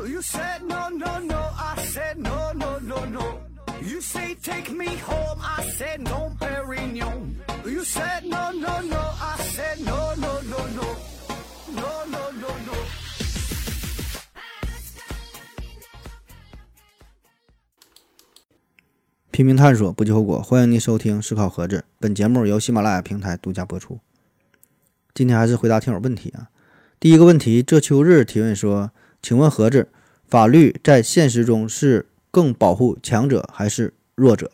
You said no, no, no, I said no, no, no, no. You say take me home, I said no, Perignon. You said no, no, no, I said no, no, no, no. No, no, no, no. 拼命探索，不计后果。欢迎您收听思考盒子，本节目由喜马拉雅平台独家播出。今天还是回答听友问题啊。第一个问题，这秋日提问说，请问盒子，法律在现实中是更保护强者还是弱者？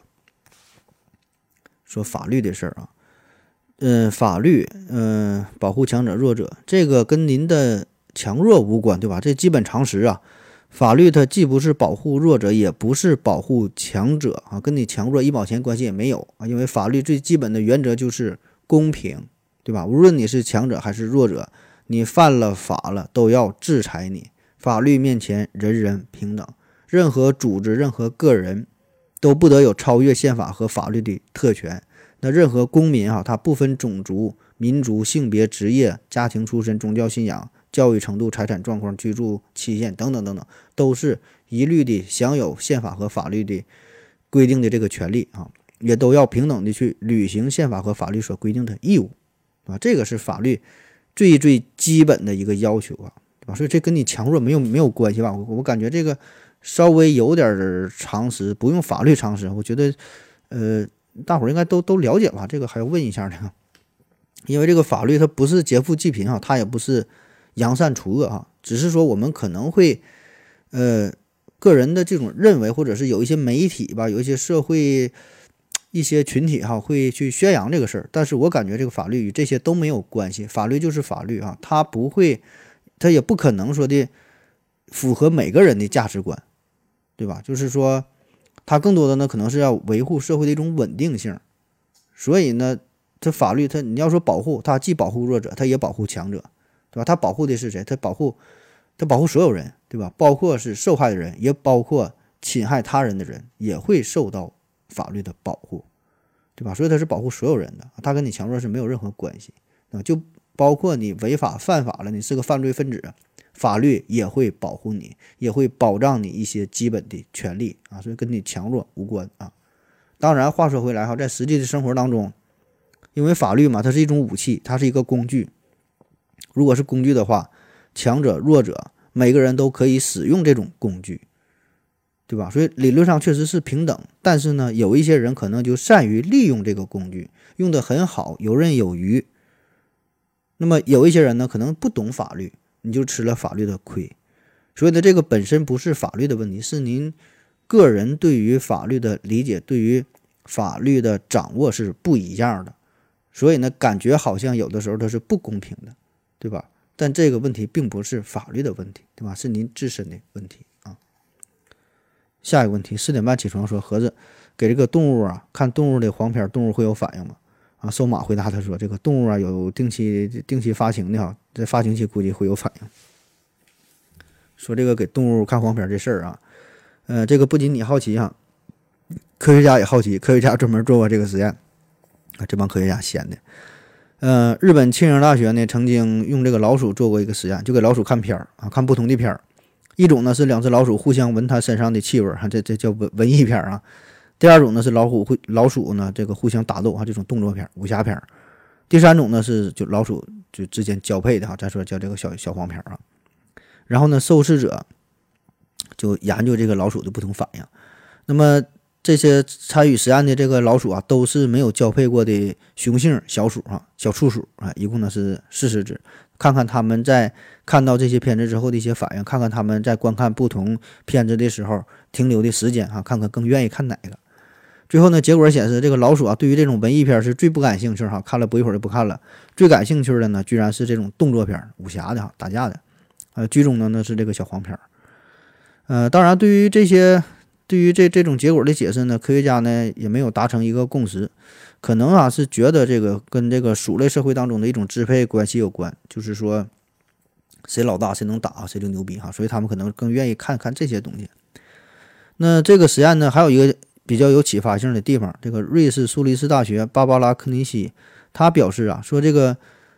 说法律的事儿啊，法律保护强者弱者，这个跟您的强弱无关，对吧？这基本常识啊。法律它既不是保护弱者，也不是保护强者啊，跟你强弱一毛钱关系也没有啊。因为法律最基本的原则就是公平，对吧？无论你是强者还是弱者，你犯了法了都要制裁你。法律面前人人平等，任何组织、任何个人都不得有超越宪法和法律的特权。那任何公民啊，他不分种族、民族、性别、职业、家庭出身、宗教信仰、教育程度、财产状况、居住期限等等等等，都是一律的享有宪法和法律的规定的这个权利啊，也都要平等的去履行宪法和法律所规定的义务啊，这个是法律最最基本的一个要求啊，对吧？所以这跟你强弱没有关系吧？我感觉这个稍微有点常识，不用法律常识，我觉得大伙儿应该都了解吧？这个还要问一下呢，因为这个法律它不是劫富济贫啊，它也不是扬善除恶啊，只是说我们可能会个人的这种认为，或者是有一些媒体吧，有一些社会一些群体哈会去宣扬这个事儿，但是我感觉这个法律与这些都没有关系，法律就是法律啊，它不会，它也不可能说的符合每个人的价值观，对吧？就是说它更多的呢可能是要维护社会的一种稳定性，所以呢这法律它你要说保护，它既保护弱者，它也保护强者，对吧？它保护的是谁？它保护所有人，对吧？包括是受害的人，也包括侵害他人的人，也会受到法律的保护，对吧？所以它是保护所有人的，它跟你强弱是没有任何关系啊。就包括你违法犯法了，你是个犯罪分子，法律也会保护你，也会保障你一些基本的权利啊，所以跟你强弱无关啊。当然，话说回来哈，在实际的生活当中，因为法律嘛，它是一种武器，它是一个工具。如果是工具的话，强者弱者每个人都可以使用这种工具，对吧？所以理论上确实是平等，但是呢，有一些人可能就善于利用这个工具，用得很好，游刃有余。那么有一些人呢，可能不懂法律，你就吃了法律的亏。所以呢，这个本身不是法律的问题，是您个人对于法律的理解，对于法律的掌握是不一样的。所以呢，感觉好像有的时候它是不公平的，对吧？但这个问题并不是法律的问题，对吧？是您自身的问题啊。下一个问题，4点半起床说，盒子给这个动物啊看动物的黄片，动物会有反应吗？啊，瘦马回答他说，这个动物啊有定期发情的哈，在发情期估计会有反应。说这个给动物看黄片这事儿啊，这个不仅你好奇哈，科学家也好奇，科学家专门做过这个实验啊，这帮科学家闲的。日本庆应大学呢曾经用这个老鼠做过一个实验，就给老鼠看片儿啊，看不同的片儿。一种呢是2只老鼠互相闻它身上的气味啊，这叫文艺片啊。第二种呢是老鼠呢这个互相打斗啊，这种动作片、武侠片。第三种呢是就老鼠就之间交配的哈，咱说叫这个小黄片啊。然后呢，受试者就研究这个老鼠的不同反应。那么这些参与实验的这个老鼠啊，都是没有交配过的雄性小鼠啊，小处鼠啊，一共呢是40只。看看他们在看到这些片子之后的一些反应，看看他们在观看不同片子的时候停留的时间啊，看看更愿意看哪个。最后呢，结果显示这个老鼠啊，对于这种文艺片是最不感兴趣哈，看了不一会儿就不看了。最感兴趣的呢，居然是这种动作片、武侠的哈，打架的。居中呢是这个小黄片。当然对于这种结果的解释呢，科学家呢也没有达成一个共识，可能啊是觉得这个跟这个鼠类社会当中的一种支配关系有关，就是说谁老大谁能打谁就牛逼哈，所以他们可能更愿意看看这些东西。那这个实验呢还有一个比较有启发性的地方，这个瑞士苏黎世大学芭芭拉科尼西他表示啊，说这个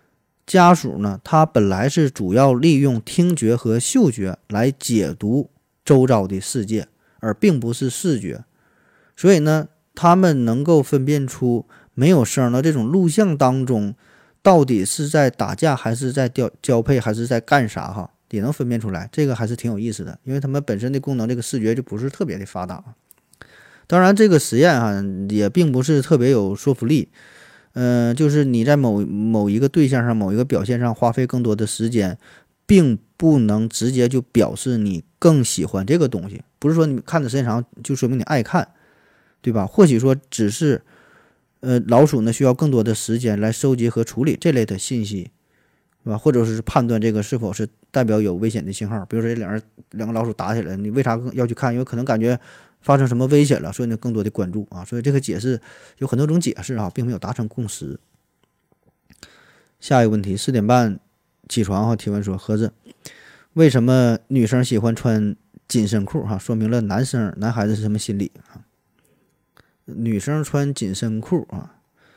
家属呢，他本来是主要利用听觉和嗅觉来解读周遭的世界，而并不是视觉，所以呢，他们能够分辨出没有声的这种录像当中，到底是在打架还是在交配还是在干啥哈，也能分辨出来，这个还是挺有意思的，因为他们本身的功能，这个视觉就不是特别的发达。当然，这个实验哈也并不是特别有说服力。就是你在某一个对象上、某一个表现上花费更多的时间，并不能直接就表示你更喜欢这个东西。不是说你看的时间长就说明你爱看，对吧？或许说只是，老鼠呢需要更多的时间来收集和处理这类的信息，是吧？或者是判断这个是否是代表有危险的信号。比如说这两个老鼠打起来，你为啥要去看？因为可能感觉发生什么危险了，所以呢更多的关注啊，所以这个解释有很多种解释啊，并没有达成共识。下一个问题，4点半起床哈，提问说盒子，为什么女生喜欢穿紧身裤哈？说明了男孩子是什么心理啊？女生穿紧身裤啊，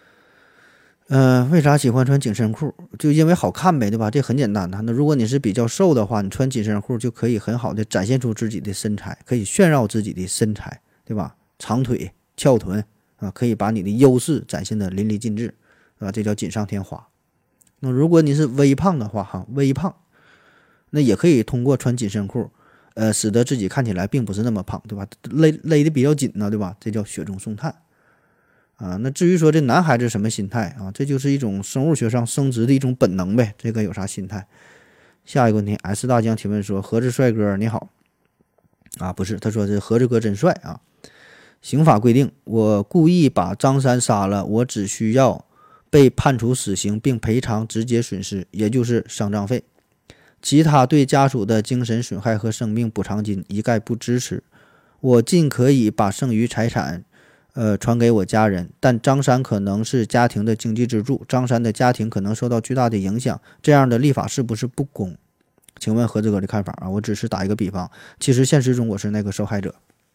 为啥喜欢穿紧身裤？就因为好看呗，对吧？这很简单的。那如果你是比较瘦的话，你穿紧身裤就可以很好的展现出自己的身材，可以炫耀自己的身材，对吧？长腿、翘臀啊，可以把你的优势展现的淋漓尽致，啊，这叫锦上添花。那如果你是微胖的话，哈，微胖，那也可以通过穿紧身裤，使得自己看起来并不是那么胖，对吧？勒的比较紧呢，对吧？这叫雪中送炭。啊，那至于说这男孩子什么心态啊，这就是一种生物学上生殖的一种本能呗，这个有啥心态？下一个问题 ，S 大将提问说：盒子帅哥你好，啊不是，他说这盒子哥真帅啊。刑法规定，我故意把张三杀了，我只需要被判处死刑并赔偿直接损失，也就是丧葬费，其他对家属的精神损害和生命补偿金一概不支持。我尽可以把剩余财产传给我家人，但张三可能是家庭的经济支柱，张三的家庭可能受到巨大的影响，这样的立法是不是不公？请问何子哥的看法啊？我只是打一个比方，其实现实中我是那个受害者。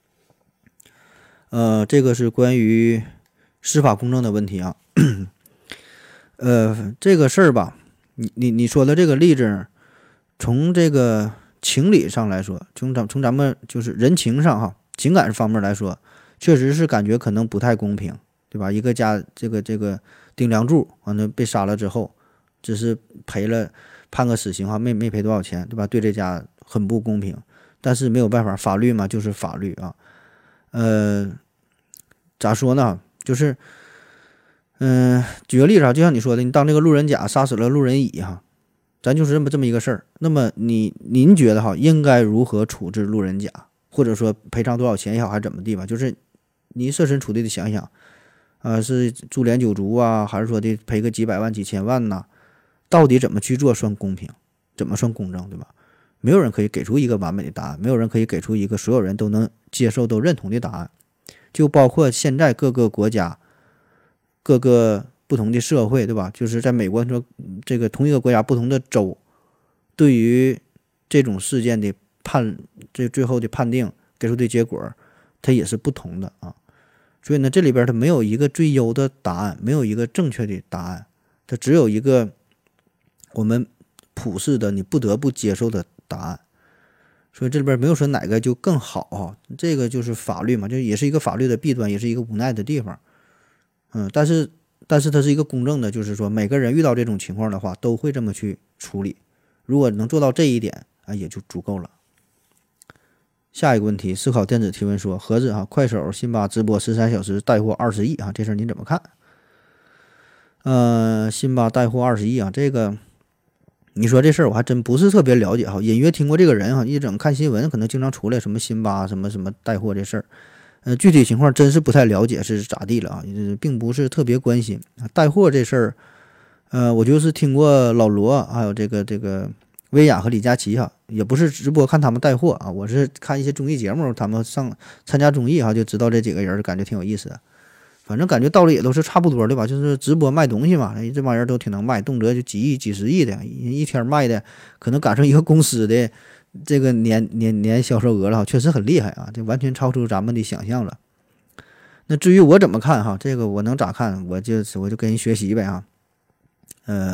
这个是关于司法公正的问题啊。这个事儿吧，你说的这个例子，从这个情理上来说，从咱们就是人情上哈，情感方面来说，确实是感觉可能不太公平，对吧？一个家这个顶梁柱完了被杀了之后，只是判个死刑哈，没赔多少钱，对吧？对这家很不公平，但是没有办法，法律嘛就是法律啊。咋说呢？就是，举个例子啊，就像你说的，你当这个路人甲杀死了路人乙哈，咱就是这么一个事儿。那么您觉得哈，应该如何处置路人甲，或者说赔偿多少钱也好，还是怎么地吧？就是你设身处地的想想，是株连九族啊，还是说的赔个几百万、几千万呐？到底怎么去做算公平，怎么算公正，对吧？没有人可以给出一个完美的答案，没有人可以给出一个所有人都能接受、都认同的答案。就包括现在各个国家、各个不同的社会，对吧？就是在美国说，这个同一个国家不同的州，对于这种事件的最后的判定给出的结果，它也是不同的啊。所以呢，这里边它没有一个最优的答案，没有一个正确的答案，它只有一个我们普世的你不得不接受的答案。所以这里边没有说哪个就更好啊，这个就是法律嘛，就也是一个法律的弊端，也是一个无奈的地方。但是它是一个公正的，就是说每个人遇到这种情况的话，都会这么去处理。如果能做到这一点啊，也就足够了。下一个问题，思考电子提问说，盒子啊，快手、辛巴直播13小时带货20亿啊，这事儿你怎么看？辛巴带货20亿啊，这个。你说这事儿我还真不是特别了解哈，隐约听过这个人哈，一整看新闻可能经常出来什么辛巴什么带货这事儿，具体情况真是不太了解是咋地了啊，并不是特别关心带货这事儿，我就是听过老罗还有这个薇娅和李佳琦哈，也不是直播看他们带货啊，我是看一些综艺节目，他们参加综艺哈，就知道这几个人，感觉挺有意思的。反正感觉道理也都是差不多的吧，就是直播卖东西嘛，这帮人都挺能卖，动辄就几亿、几十亿的，一天卖的可能赶上一个公司的这个年销售额了，确实很厉害啊，这完全超出咱们的想象了。那至于我怎么看哈，这个我能咋看，我就跟人学习呗啊。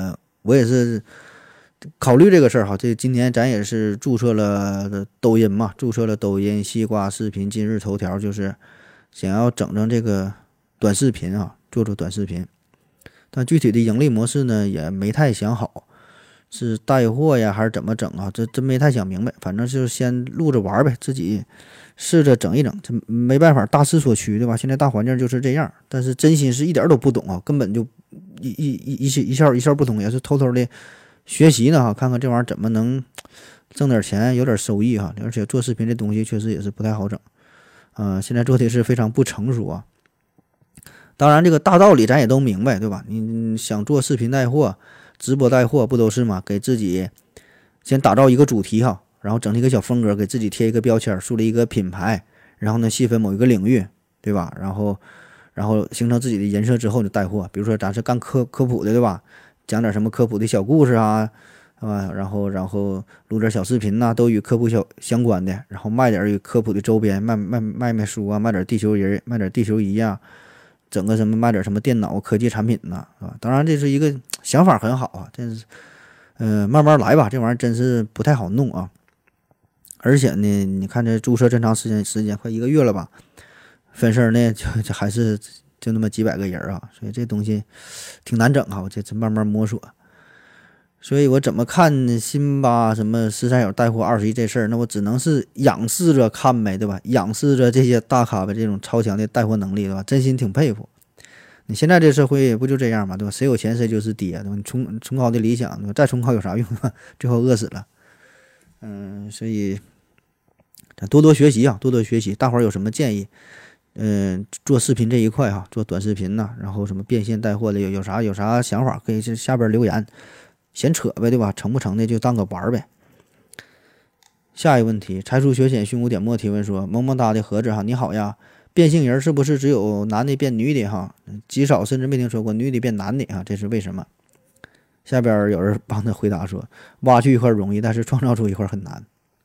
我也是考虑这个事儿哈。这今年咱也是注册了抖音嘛，注册了抖音、西瓜视频、今日头条，就是想要整这个短视频啊，做短视频。但具体的盈利模式呢，也没太想好，是带货呀还是怎么整啊？这真没太想明白。反正就是先录着玩呗，自己试着整一整。这没办法，大势所趋，对吧？现在大环境就是这样。但是真心是一点都不懂啊，根本就一窍不通，也是偷偷的学习呢哈，看看这玩意儿怎么能挣点钱，有点收益哈。而且做视频这东西确实也是不太好整，现在做的是非常不成熟啊。当然，这个大道理咱也都明白，对吧？你想做视频带货、直播带货，不都是吗？给自己先打造一个主题哈，然后整一个小风格，给自己贴一个标签，树立一个品牌，然后呢细分某一个领域，对吧？然后形成自己的人设之后就带货。比如说咱是干科普的，对吧？讲点什么科普的小故事啊，然后录点小视频呐，都与科普相关的，然后卖点与科普的周边，卖书啊，卖点地球人，卖点地球仪啊。整个什么卖点什么电脑科技产品呐，是吧？当然这是一个想法很好啊，但是慢慢来吧，这玩意儿真是不太好弄啊。而且呢，你看这注册这长时间快1个月了吧，分事儿呢就还是就那么几百个人啊，所以这东西挺难整啊，我这慢慢摸索。所以我怎么看辛巴什么13友带货20亿这事儿，那我只能是仰视着看呗，对吧？仰视着这些大咖的这种超强的带货能力，对吧？真心挺佩服。你现在这社会不就这样嘛，对吧？谁有钱谁就是爹，对吧？你崇高的理想，对吧？再崇高有啥用啊？最后饿死了。所以咱多多学习啊，多多学习。大伙儿有什么建议？做视频这一块哈，做短视频呐，然后什么变现带货的，有啥想法可以在下边留言。闲扯呗，对吧？成不成的就当个玩呗。下一个问题，柴叔学浅胸无点墨提问说：萌萌哒的盒子哈，你好呀，变性人是不是只有男的变女的哈？极少甚至没听说过女的变男的哈，这是为什么？下边有人帮他回答说：挖去一块容易，但是创造出一块很难。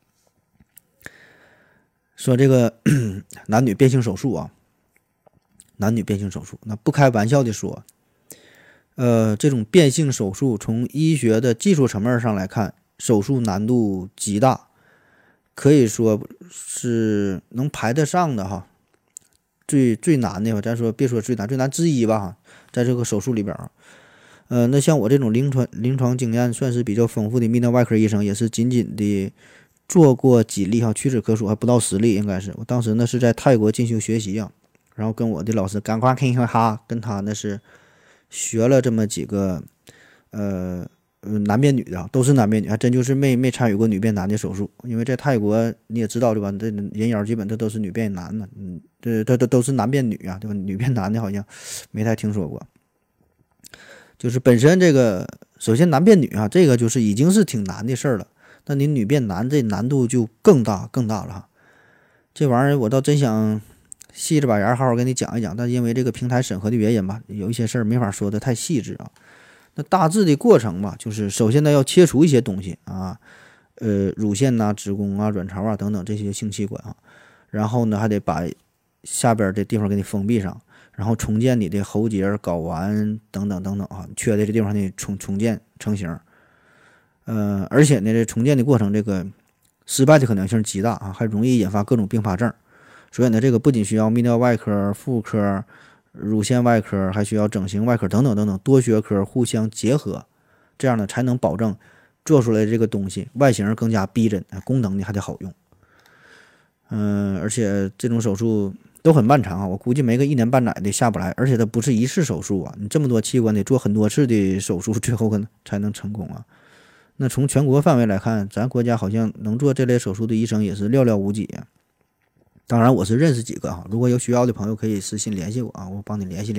说这个男女变性手术啊，男女变性手术，那不开玩笑的说。这种变性手术从医学的技术层面上来看，手术难度极大，可以说是能排得上的哈，最难的吧，咱说别说最难之一吧哈，在这个手术里边那像我这种临床经验算是比较丰富的泌尿外科医生，也是仅仅的做过几例哈，屈指可数，还不到10例应该是。我当时呢是在泰国进修学习啊，然后跟我的老师赶快跟他那是。学了这么几个，男变女的，都是男变女，还真就是没参与过女变男的手术。因为在泰国你也知道对吧？这人妖基本这都是女变男的，这都是男变女啊，对吧？女变男的好像没太听说过。就是本身这个，首先男变女啊，这个就是已经是挺难的事儿了。那你女变男，这难度就更大了哈。这玩意儿我倒真想。细着把牙好好跟你讲一讲，但因为这个平台审核的原因吧，有一些事儿没法说的太细致啊。那大致的过程吧，就是首先呢要切除一些东西啊，乳腺呐、子宫啊、卵巢啊等等这些性器官啊，然后呢还得把下边这地方给你封闭上，然后重建你的喉结、睾丸等等啊，缺的这地方你重建成型。而且呢这重建的过程这个失败的可能性极大啊，还容易引发各种并发症。所以呢，这个不仅需要泌尿外科、妇科、乳腺外科，还需要整形外科等等多学科互相结合，这样呢才能保证做出来这个东西外形更加逼真，功能呢还得好用。而且这种手术都很漫长啊，我估计没个1年半载的下不来，而且它不是一次手术啊，你这么多器官得做很多次的手术，最后可能才能成功啊。那从全国范围来看，咱国家好像能做这类手术的医生也是寥寥无几啊。当然我是认识几个啊，如果有需要的朋友可以私信联系我啊，我帮你联系。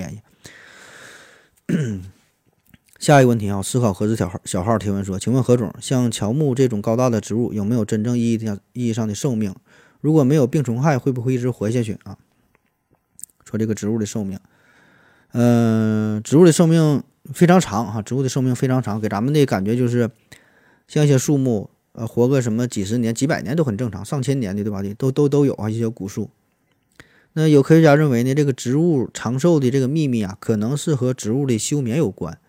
下一个问题啊，思考盒子小号提问说，请问何总，像乔木这种高大的植物有没有真正意义上的寿命？如果没有病虫害，会不会一直活下去啊？说这个植物的寿命，植物的寿命非常长哈，植物的寿命非常长，给咱们的感觉就是像一些树木。活个什么几十年、几百年都很正常，上千年的对吧？都有啊，一些古树。那有科学家认为呢，这个植物长寿的这个秘密啊，可能是和植物的休眠有关。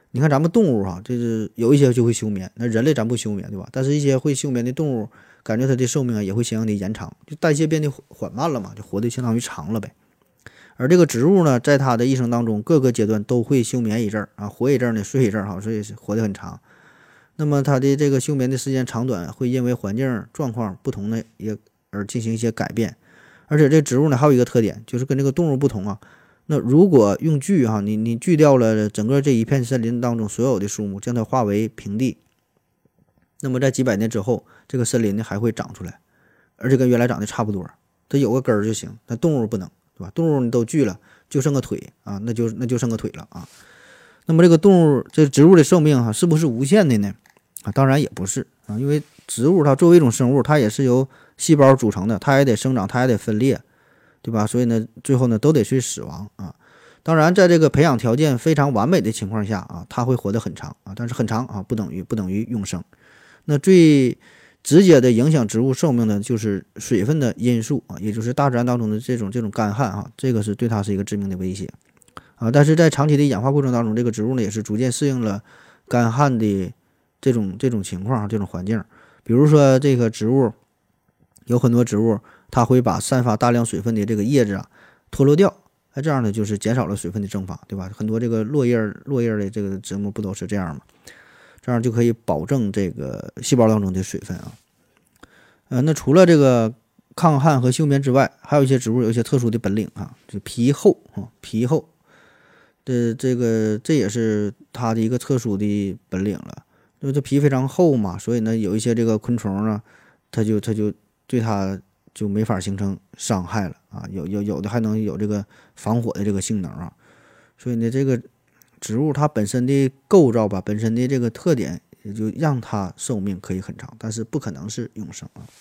你看咱们动物哈，这是有一些就会休眠，那人类咱不休眠对吧？但是一些会休眠的动物，感觉它的寿命啊也会相应的延长，就代谢变得缓慢了嘛，就活得相当于长了呗。而这个植物呢，在它的一生当中，各个阶段都会休眠一阵儿啊，活一阵儿呢，睡一阵儿哈，所以是活得很长。那么它的这个休眠的时间长短，会因为环境状况不同的也而进行一些改变。而且这植物呢，还有一个特点，就是跟这个动物不同啊。那如果用锯哈，你锯掉了整个这一片森林当中所有的树木，将它化为平地，那么在几百年之后，这个森林呢还会长出来，而且跟原来长得差不多，它有个根儿就行。那动物不能。对吧？动物你都锯了，就剩个腿啊，那就剩个腿了啊。那么这个动物，这植物的寿命是不是无限的呢？啊，当然也不是啊，因为植物它作为一种生物，它也是由细胞组成的，它也得生长，它也得分裂，对吧？所以呢，最后呢都得去死亡啊。当然，在这个培养条件非常完美的情况下啊，它会活得很长啊，但是很长啊不等于永生。那最直接的影响植物寿命的就是水分的因素啊，也就是大自然当中的这种干旱啊，这个是对它是一个致命的威胁啊。但是在长期的演化过程当中，这个植物呢也是逐渐适应了干旱的这种情况这种环境。比如说这个植物有很多植物，它会把散发大量水分的这个叶子脱落掉，这样呢就是减少了水分的蒸发，对吧？很多这个落叶的这个植物不都是这样吗？这样就可以保证这个细胞当中的水分啊。那除了这个抗旱和休眠之外，还有一些植物有一些特殊的本领啊，就皮厚啊，皮厚的这也是它的一个特殊的本领了。因为这皮非常厚嘛，所以呢，有一些这个昆虫呢，它就对它就没法形成伤害了啊。有的还能有这个防火的这个性能啊。所以呢，这个植物它本身的构造吧，本身的这个特点，也就让它寿命可以很长，但是不可能是永生啊。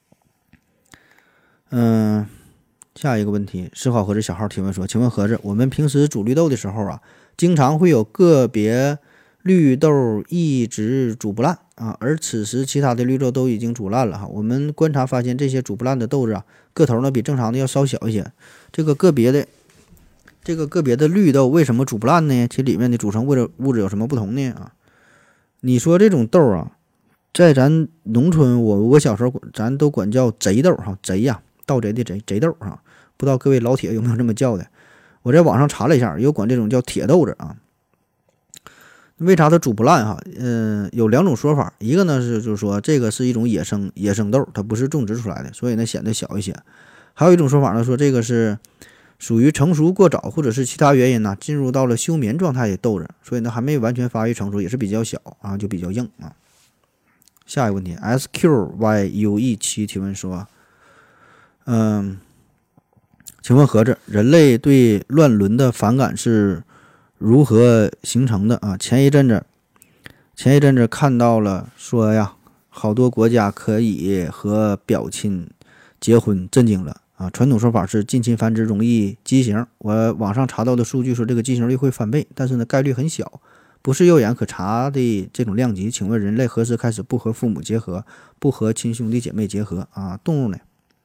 下一个问题，四号盒子小号提问说：“请问盒子，我们平时煮绿豆的时候啊，经常会有个别绿豆一直煮不烂啊，而此时其他的绿豆都已经煮烂了哈。我们观察发现，这些煮不烂的豆子啊，个头呢比正常的要稍小一些。这个个别的绿豆为什么煮不烂呢？其里面的组成物质有什么不同呢？啊，你说这种豆啊，在咱农村，我小时候咱都管叫贼豆哈，贼呀，盗贼的贼豆啊，不知道各位老铁有没有这么叫的？我在网上查了一下，有管这种叫铁豆子啊。为啥它煮不烂哈？有两种说法，一个呢就是说这个是一种野生豆，它不是种植出来的，所以呢显得小一些。还有一种说法呢，说这个是属于成熟过早，或者是其他原因呢，进入到了休眠状态的豆子，所以呢还没完全发育成熟，也是比较小啊，就比较硬啊。下一个问题 ，SQYUE7提问说，请问盒子，人类对乱伦的反感是如何形成的啊？前一阵子看到了说呀，好多国家可以和表亲结婚，震惊了。啊，传统说法是近亲繁殖容易畸形，我网上查到的数据说这个畸形率会翻倍，但是呢概率很小，不是肉眼可查的这种量级。请问人类何时开始不和父母结合，不和亲兄弟姐妹结合啊？动物呢？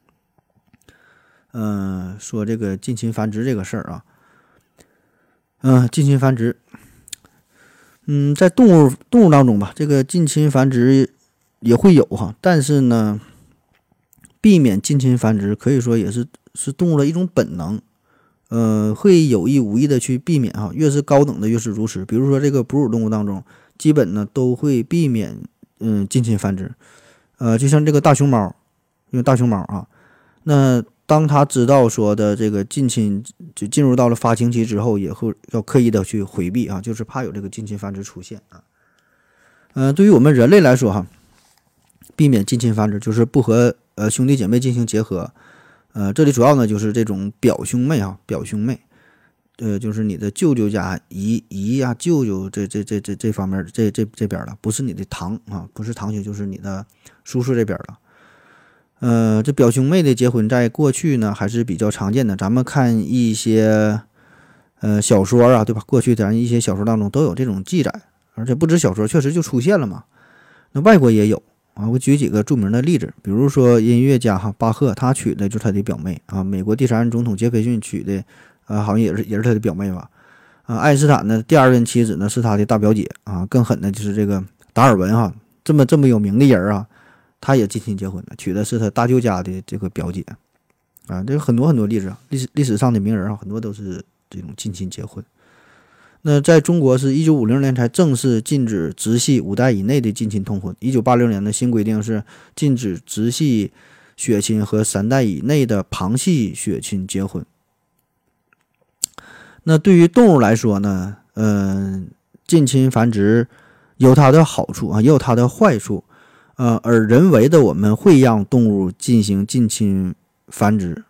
说这个近亲繁殖这个事儿啊，近亲繁殖，在动物当中吧，这个近亲繁殖也会有哈，但是呢，避免近亲繁殖可以说也是动物的一种本能，会有意无意的去避免哈，越是高等的越是如此。比如说这个哺乳动物当中，基本呢都会避免近亲繁殖，就像这个大熊猫，因为大熊猫啊，那当他知道说的这个近亲就进入到了发情期之后，也会要刻意的去回避啊，就是怕有这个近亲繁殖出现啊。对于我们人类来说哈，避免近亲繁殖就是不和兄弟姐妹进行结合，这里主要呢就是这种表兄妹啊，表兄妹，就是你的舅舅家姨呀、舅舅这方面这边了，不是你的堂啊，不是堂兄，就是你的叔叔这边了。这表兄妹的结婚在过去呢还是比较常见的，咱们看一些小说啊，对吧？过去咱一些小说当中都有这种记载，而且不止小说，确实就出现了嘛。那外国也有啊，我举几个著名的例子，比如说音乐家巴赫，他娶的就是他的表妹啊。美国第3任总统杰斐逊娶的好像也是他的表妹吧。 爱因斯坦的第二任妻子呢是他的大表姐啊。更狠的就是这个达尔文哈，这么有名的人啊，他也近亲结婚了，娶的是他大舅家的这个表姐啊。这有很多例子啊，历史上的名人啊，很多都是这种近亲结婚。那在中国是1950年才正式禁止直系5代以内的近亲通婚，1986年的新规定是禁止直系血亲和3代以内的旁系血亲结婚。那对于动物来说呢，近亲繁殖有它的好处啊，也有它的坏处。而人为的我们会让动物进行近亲繁殖，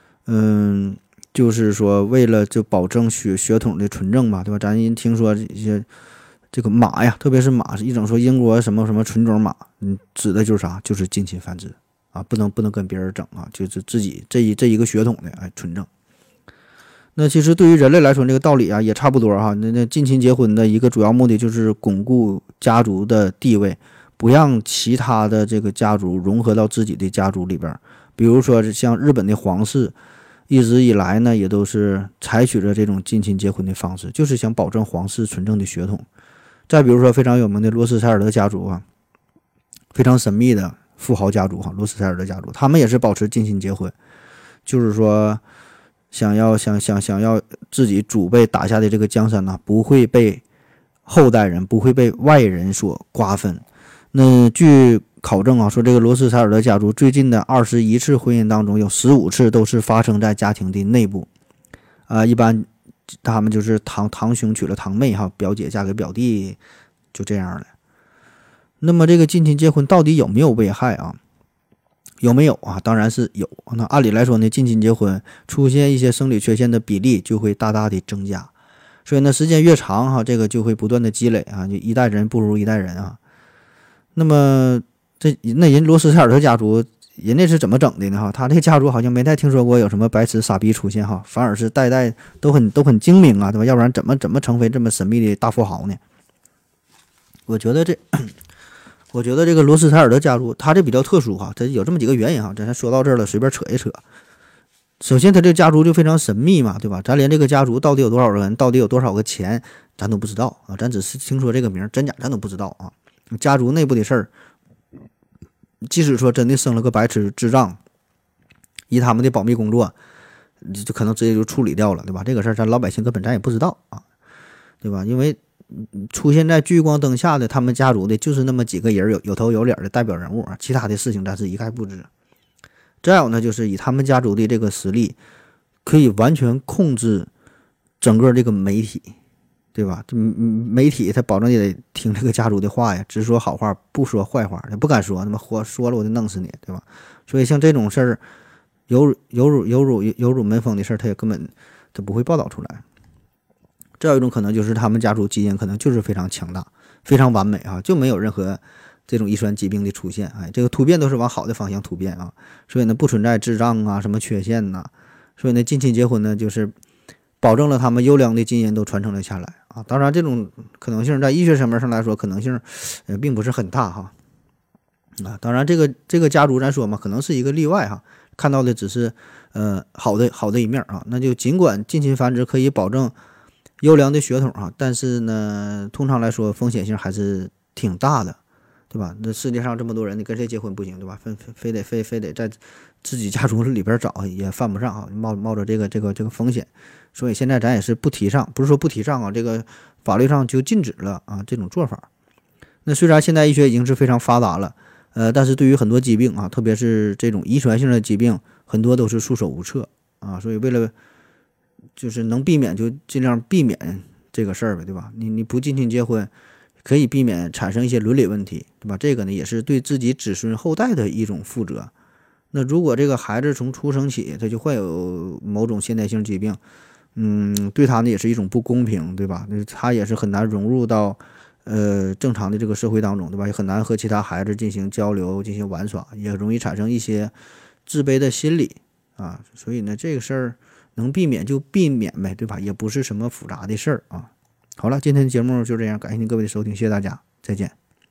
就是说为了就保证血统的纯正嘛，对吧？咱听说一些这个马呀，特别是马，是一整说英国什么纯种马，指的就是啥？就是近亲繁殖啊，不能跟别人整啊，就是自己这一个血统的纯正。那其实对于人类来说，这个道理啊也差不多哈。那近亲结婚的一个主要目的就是巩固家族的地位，不让其他的这个家族融合到自己的家族里边。比如说像日本的皇室，一直以来呢也都是采取着这种近亲结婚的方式，就是想保证皇室纯正的血统。再比如说非常有名的罗斯柴尔德家族啊，非常神秘的富豪家族哈，罗斯柴尔德家族，他们也是保持近亲结婚，就是说想要自己祖辈打下的这个江山呢，不会被后代人，不会被外人所瓜分。那据考证啊，说这个罗斯柴尔德家族最近的21次婚姻当中，有15次都是发生在家庭的内部啊。一般他们就是堂兄娶了堂妹哈，表姐嫁给表弟，就这样了。那么这个近亲结婚到底有没有危害啊？有没有啊？当然是有。那按理来说呢，近亲结婚出现一些生理缺陷的比例就会大大的增加，所以呢，时间越长哈，这个就会不断的积累啊，就一代人不如一代人啊。那么那人罗斯柴尔德家族，人家是怎么整的呢？哈，他这个家族好像没太听说过有什么白痴傻逼出现哈，反而是代代都很精明啊，对吧？要不然怎么成为这么神秘的大富豪呢？我觉得这个罗斯柴尔德家族，他这比较特殊哈，这有这么几个原因哈。咱说到这儿了，随便扯一扯。首先，他这个家族就非常神秘嘛，对吧？咱连这个家族到底有多少人，到底有多少个钱，咱都不知道啊。咱只是听说这个名，真假咱都不知道啊。家族内部的事儿，即使说真的生了个白痴智障，以他们的保密工作，就可能直接就处理掉了，对吧？这个事儿咱老百姓根本咱也不知道啊，对吧？因为出现在聚光灯下的他们家族的就是那么几个人，有头有脸的代表人物啊，其他的事情咱是一概不知。再有呢，就是以他们家族的这个实力，可以完全控制整个这个媒体，对吧？媒体他保证也得听这个家族的话呀，只说好话不说坏话，也不敢说，那么说了我就弄死你，对吧？所以像这种事儿，有辱门风的事儿，他也根本他不会报道出来。再有一种可能就是他们家族基因可能就是非常强大，非常完美啊，就没有任何这种遗传疾病的出现，这个突变都是往好的方向突变啊，所以呢不存在智障啊什么缺陷呐，所以呢近亲结婚呢就是保证了他们优良的基因都传承了下来啊。当然这种可能性在医学层面上来说可能性并不是很大哈啊。当然这个家族咱说嘛，可能是一个例外哈，看到的只是好的一面啊。那就尽管近亲繁殖可以保证优良的血统啊，但是呢通常来说风险性还是挺大的，对吧？那世界上这么多人，你跟谁结婚不行，对吧？非得在自己家族里边找，也犯不上啊，冒着这个风险。所以现在咱也是不提倡，不是说不提倡啊，这个法律上就禁止了啊这种做法。那虽然现在医学已经是非常发达了，但是对于很多疾病啊，特别是这种遗传性的疾病，很多都是束手无策啊。所以为了就是能避免就尽量避免这个事儿呗，对吧？你不近亲结婚，可以避免产生一些伦理问题，对吧？这个呢也是对自己子孙后代的一种负责。那如果这个孩子从出生起他就患有某种先天性疾病，对他呢也是一种不公平，对吧？他也是很难融入到正常的这个社会当中，对吧？也很难和其他孩子进行交流、进行玩耍，也容易产生一些自卑的心理啊。所以呢，这个事儿能避免就避免呗，对吧？也不是什么复杂的事儿啊。好了，今天的节目就这样，感谢您各位的收听，谢谢大家，再见。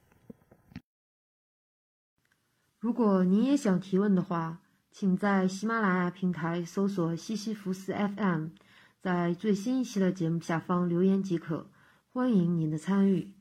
如果您也想提问的话，请在喜马拉雅平台搜索西西弗斯 FM， 在最新一期的节目下方留言即可，欢迎您的参与。